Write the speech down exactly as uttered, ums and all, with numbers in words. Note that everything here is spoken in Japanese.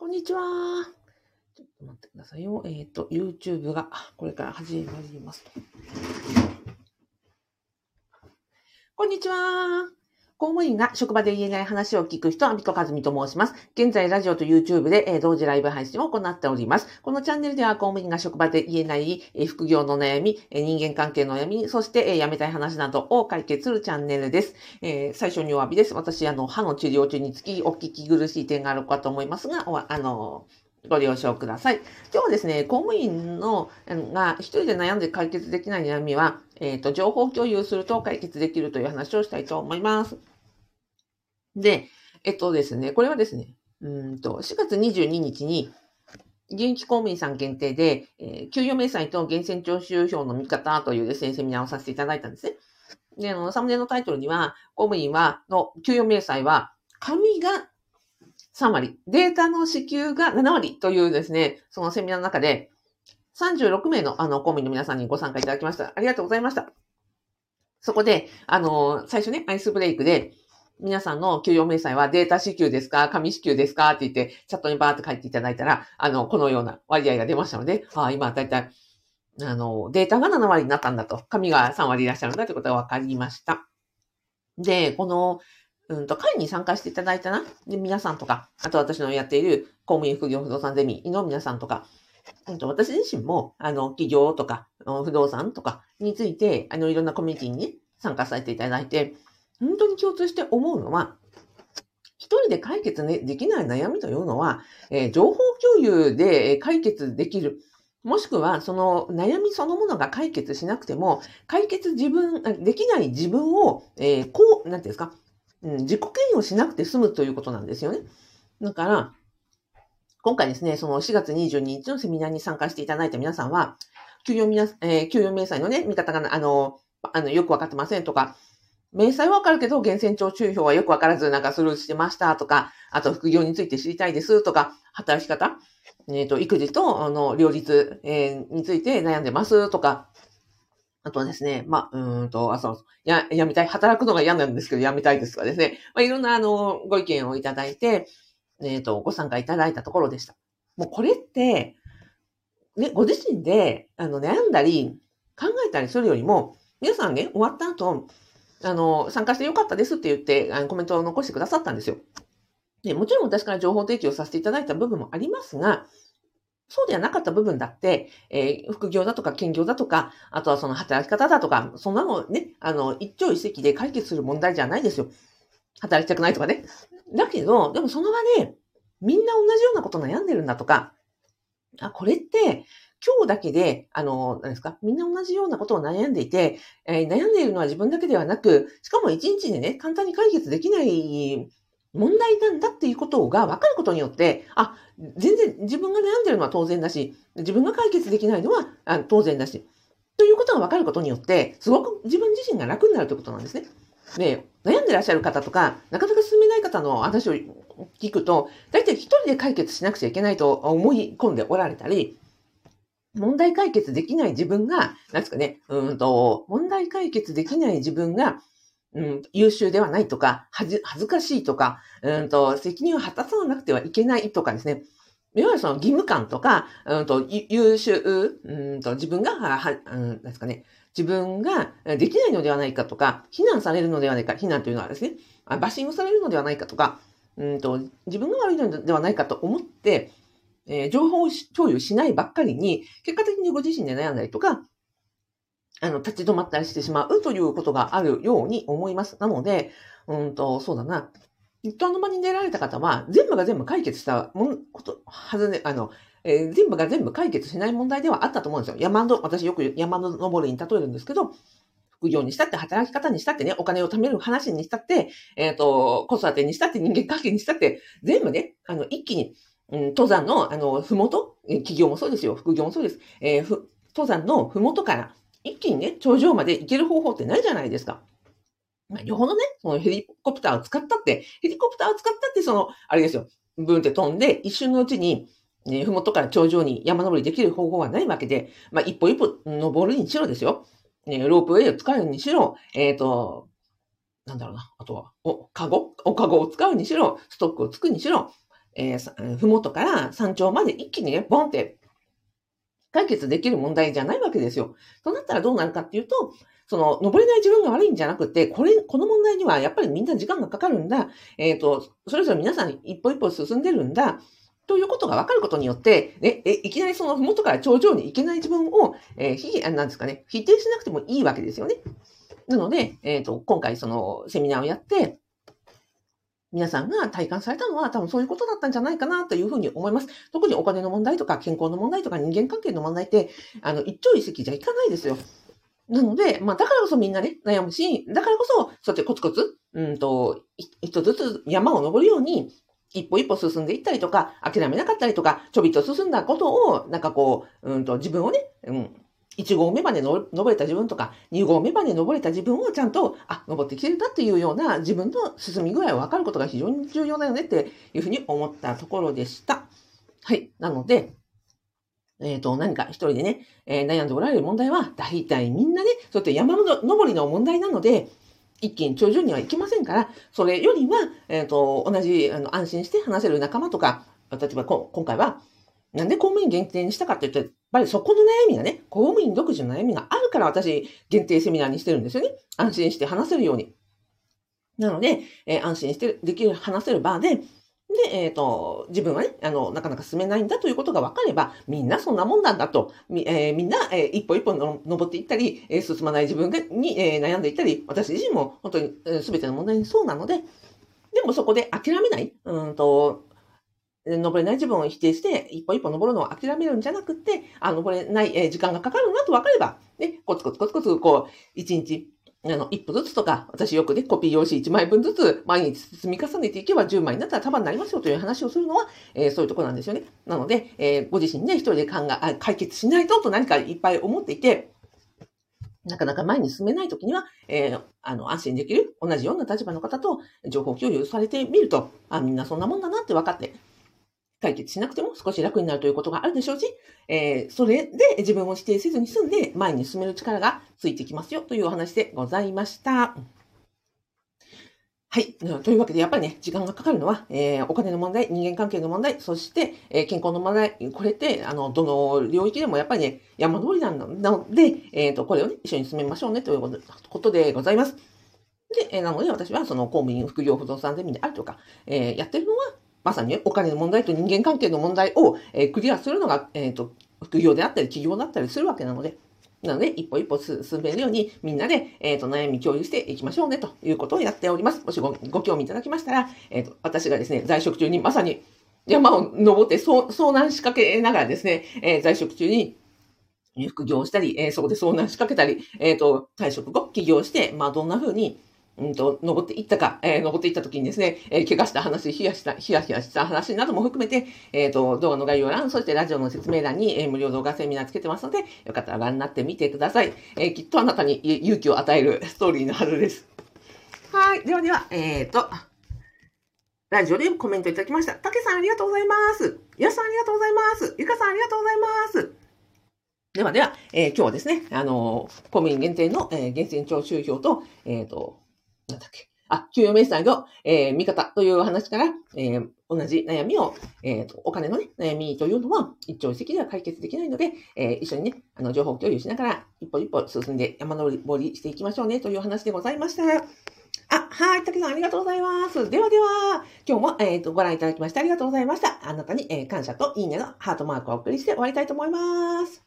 こんにちは。ちょっと待ってくださいよ。えっ、と、YouTube がこれから始まります。こんにちは。公務員が職場で言えない話を聞く人、アビコカズミと申します。現在、ラジオと YouTube で、えー同時ライブ配信を行っております。このチャンネルでは公務員が職場で言えない、えー副業の悩み、えー人間関係の悩み、そして、えー辞めたい話などを解決するチャンネルです。えー最初にお詫びです。私、あの、歯の治療中につきお聞き苦しい点があるかと思いますが、おあのご了承ください。今日はですね、公務員のあのが一人で悩んで解決できない悩みは、えっ、と、情報共有すると解決できるという話をしたいと思います。で、えっとですね、これはですね、うーんと、しがつにじゅうににちに、現役公務員さん限定で、えー給与明細と源泉徴収票の見方というですね、セミナーをさせていただいたんですね。で、あの、サムネのタイトルには、公務員は、の給与明細は、紙がさんわり、データの支給がななわりというですね、そのセミナーの中で、さんじゅうろくめいのあの公務員の皆さんにご参加いただきました。ありがとうございました。そこで、あの、最初ね、アイスブレイクで、皆さんの給与明細はデータ支給ですか紙支給ですかって言って、チャットにバーって書いていただいたら、あの、このような割合が出ましたので、ああ、今、だいたい、あの、データがななわりになったんだと、紙がさんわりいらっしゃるんだということが分かりました。で、この、うんと、会に参加していただいたな、で皆さんとか、あと私のやっている公務員副業不動産ゼミの皆さんとか、うんと私自身も、あの、企業とか、不動産とかについて、あの、いろんなコミュニティに、ね、参加させていただいて、本当に共通して思うのは、一人で解決、ね、できない悩みというのは、えー情報共有で解決できる。もしくは、その悩みそのものが解決しなくても、解決自分、できない自分を、えーこう、なんていうんですか、うん、自己嫌悪しなくて済むということなんですよね。だから、今回ですね、そのしがつにじゅうににちのセミナーに参加していただいた皆さんは、給与みな、えー給与明細のね、見方が、あの、あの、よくわかってませんとか、明細はわかるけど、源泉徴収票はよくわからず、なんかスルーしてましたとか、あと副業について知りたいですとか、働き方、えっ、と、育児と、あの、両立、えーについて悩んでますとか、あとはですね、まあ、うーんと、あ、そうそう、や、やめたい、働くのが嫌なんですけど、やめたいですとかですね、まあ、いろんな、あの、ご意見をいただいて、えっ、と、ご参加いただいたところでした。もうこれって、ね、ご自身で、あの、悩んだり、考えたりするよりも、皆さんね、終わった後、あの、参加してよかったですって言って、あのコメントを残してくださったんですよ。で、もちろん私から情報提供させていただいた部分もありますが、そうではなかった部分だって、えー副業だとか兼業だとか、あとはその働き方だとか、そんなのね、あの、一朝一夕で解決する問題じゃないですよ。働きたくないとかね。だけど、でもその場で、みんな同じようなこと悩んでるんだとか、あ、これって、今日だけで、あの、何ですか、みんな同じようなことを悩んでいて、えー悩んでいるのは自分だけではなく、しかも一日でね、簡単に解決できない問題なんだっていうことが分かることによって、あ、全然自分が悩んでるのは当然だし、自分が解決できないのはあ当然だし、ということが分かることによって、すごく自分自身が楽になるということなんですね。で、悩んでらっしゃる方とか、なかなか進めない方の話を聞くと、大体一人で解決しなくちゃいけないと思い込んでおられたり、問題解決できない自分が、なんですかね、うんと、問題解決できない自分が、うん、優秀ではないとか、はず恥ずかしいとか、うんと、責任を果たさなくてはいけないとかですね。いわゆるその義務感とか、うんと、ゆ優秀、うんと、自分が、は、はうん、なんですかね、自分ができないのではないかとか、非難されるのではないか、非難というのはですね、あバッシングされるのではないかとか、うんと、自分が悪いのではないかと思って、えー情報共有しないばっかりに、結果的にご自身で悩んだりとか、あの、立ち止まったりしてしまうということがあるように思います。なので、うんと、そうだな。一般の場に出られた方は、全部が全部解決したもん、こと、はずね、あの、えー全部が全部解決しない問題ではあったと思うんですよ。山の、私よく山の登りに例えるんですけど、副業にしたって、働き方にしたってね、お金を貯める話にしたって、えっ、と、子育てにしたって、人間関係にしたって、全部ね、あの、一気に、うん、登山の、あの、ふもと、えー企業もそうですよ、副業もそうです。えーふ登山のふもとから一気にね、頂上まで行ける方法ってないじゃないですか。まあ、よほどね、そのヘリコプターを使ったって、ヘリコプターを使ったって、その、あれですよ、ブーンって飛んで、一瞬のうちに、ね、ふもとから頂上に山登りできる方法はないわけで、まあ、一歩一歩登るにしろですよ。ね、ロープウェイを使うにしろ、えっ、と、なんだろうな、あとは、お、カゴおカゴを使うにしろ、ストックをつくにしろ、 えー、ふもとから山頂まで一気にね、ボンって解決できる問題じゃないわけですよ。となったらどうなるかっていうと、その、登れない自分が悪いんじゃなくて、これ、この問題にはやっぱりみんな時間がかかるんだ。えっと、それぞれ皆さん一歩一歩進んでるんだ。ということが分かることによって、ね、え、いきなりその麓から頂上に行けない自分を、えー、ひ、なんですかね、否定しなくてもいいわけですよね。なので、えっと、今回そのセミナーをやって、皆さんが体感されたのは多分そういうことだったんじゃないかなというふうに思います。特にお金の問題とか健康の問題とか人間関係の問題って、あの、一朝一夕じゃいかないですよ。なので、まあ、だからこそみんなね、悩むし、だからこそ、そうやってコツコツ、うんと、一つずつ山を登るように、一歩一歩進んでいったりとか、諦めなかったりとか、ちょびっと進んだことを、なんかこう、うんと、自分をね、うん、いち合目までの登れた自分とか、に合目まで登れた自分をちゃんと、あ、登ってきてるんだっていうような自分の進み具合を分かることが非常に重要だよねっていうふうに思ったところでした。はい。なので、えっと、何か一人でね、えー、悩んでおられる問題は、大体みんなね、そうやって山登りの問題なので、一気に頂上には行けませんから、それよりは、えっと、同じ、あの、安心して話せる仲間とか、例えばこ今回は、なんで公務員限定にしたかって言ったら、やっぱりそこの悩みがね、公務員独自の悩みがあるから私、限定セミナーにしてるんですよね。安心して話せるように。なので、えー安心してできる、話せる場で、で、えっと、自分はね、あの、なかなか進めないんだということが分かれば、みんなそんなもんなんだと、み,、えーみんな、えー一歩一歩の登っていったり、えー進まない自分がに、えー悩んでいったり、私自身も本当に、えー全ての問題にそうなので、でもそこで諦めない、うんと、登れない自分を否定して、一歩一歩登るのを諦めるんじゃなくて、あ、登れない、えー時間がかかるなと分かれば、ね、コツコツコツコツ、こう、一日、あの、一歩ずつとか、私よくね、コピー用紙いちまいぶんずつ毎日積み重ねていけばじゅうまいになったら束になりますよという話をするのは、えーそういうところなんですよね。なので、えーご自身で一人で考え、あ解決しないとと何かいっぱい思っていて、なかなか前に進めないときには、えーあの、安心できる、同じような立場の方と情報共有されてみると、あ、みんなそんなもんだなって分かって、解決しなくても少し楽になるということがあるでしょうし、えーそれで自分を否定せずに済んで前に進める力がついてきますよというお話でございました。はい。というわけで、やっぱりね、時間がかかるのは、えーお金の問題、人間関係の問題、そして、えー健康の問題、これって、あの、どの領域でもやっぱりね、山登りなので、えっ、と、これをね、一緒に進めましょうねということでございます。で、えーなので私はその公務員、副業、不動産ゼミであるとか、えーやってるのは、まさにねお金の問題と人間関係の問題を、えークリアするのが、えっ、と、副業であったり、企業だったりするわけなので、なので、一歩一歩進めるように、みんなで、えっ、と、悩み共有していきましょうね、ということをやっております。もしご、ご興味いただきましたら、えっ、と、私がですね、在職中にまさに山を登って遭遭難しかけながらですね、えー在職中に副業をしたり、えーそこで遭難しかけたり、えっ、と、退職後、起業して、まあ、どんな風に、うんと、登っていったか、えー登っていった時にですね、えー怪我した話、ヒヤした、ヒヤヒヤした話なども含めて、えっ、と、動画の概要欄、そしてラジオの説明欄に、えー無料動画セミナーつけてますので、よかったらご覧になってみてください。えーきっとあなたにえ勇気を与えるストーリーのはずです。はい。ではでは、えっ、と、ラジオでコメントいただきました。たけさんありがとうございます。やすさんありがとうございます。ゆかさんありがとうございます。ではでは、えー今日はですね、あのー公務員限定の、えー、源泉徴収票と、えっ、と、なんだっけ、あ、給与明細の、えー見方という話から、えー同じ悩みを、えっ、と、お金のね、悩みというのは一朝一夕では解決できないので、えー一緒にね、あの、情報共有しながら、一歩一歩進んで山登りしていきましょうねという話でございました。あ、はい、たけさんありがとうございます。ではでは、今日も、えーとご覧いただきましてありがとうございました。あなたに、えー感謝といいねのハートマークをお送りして終わりたいと思います。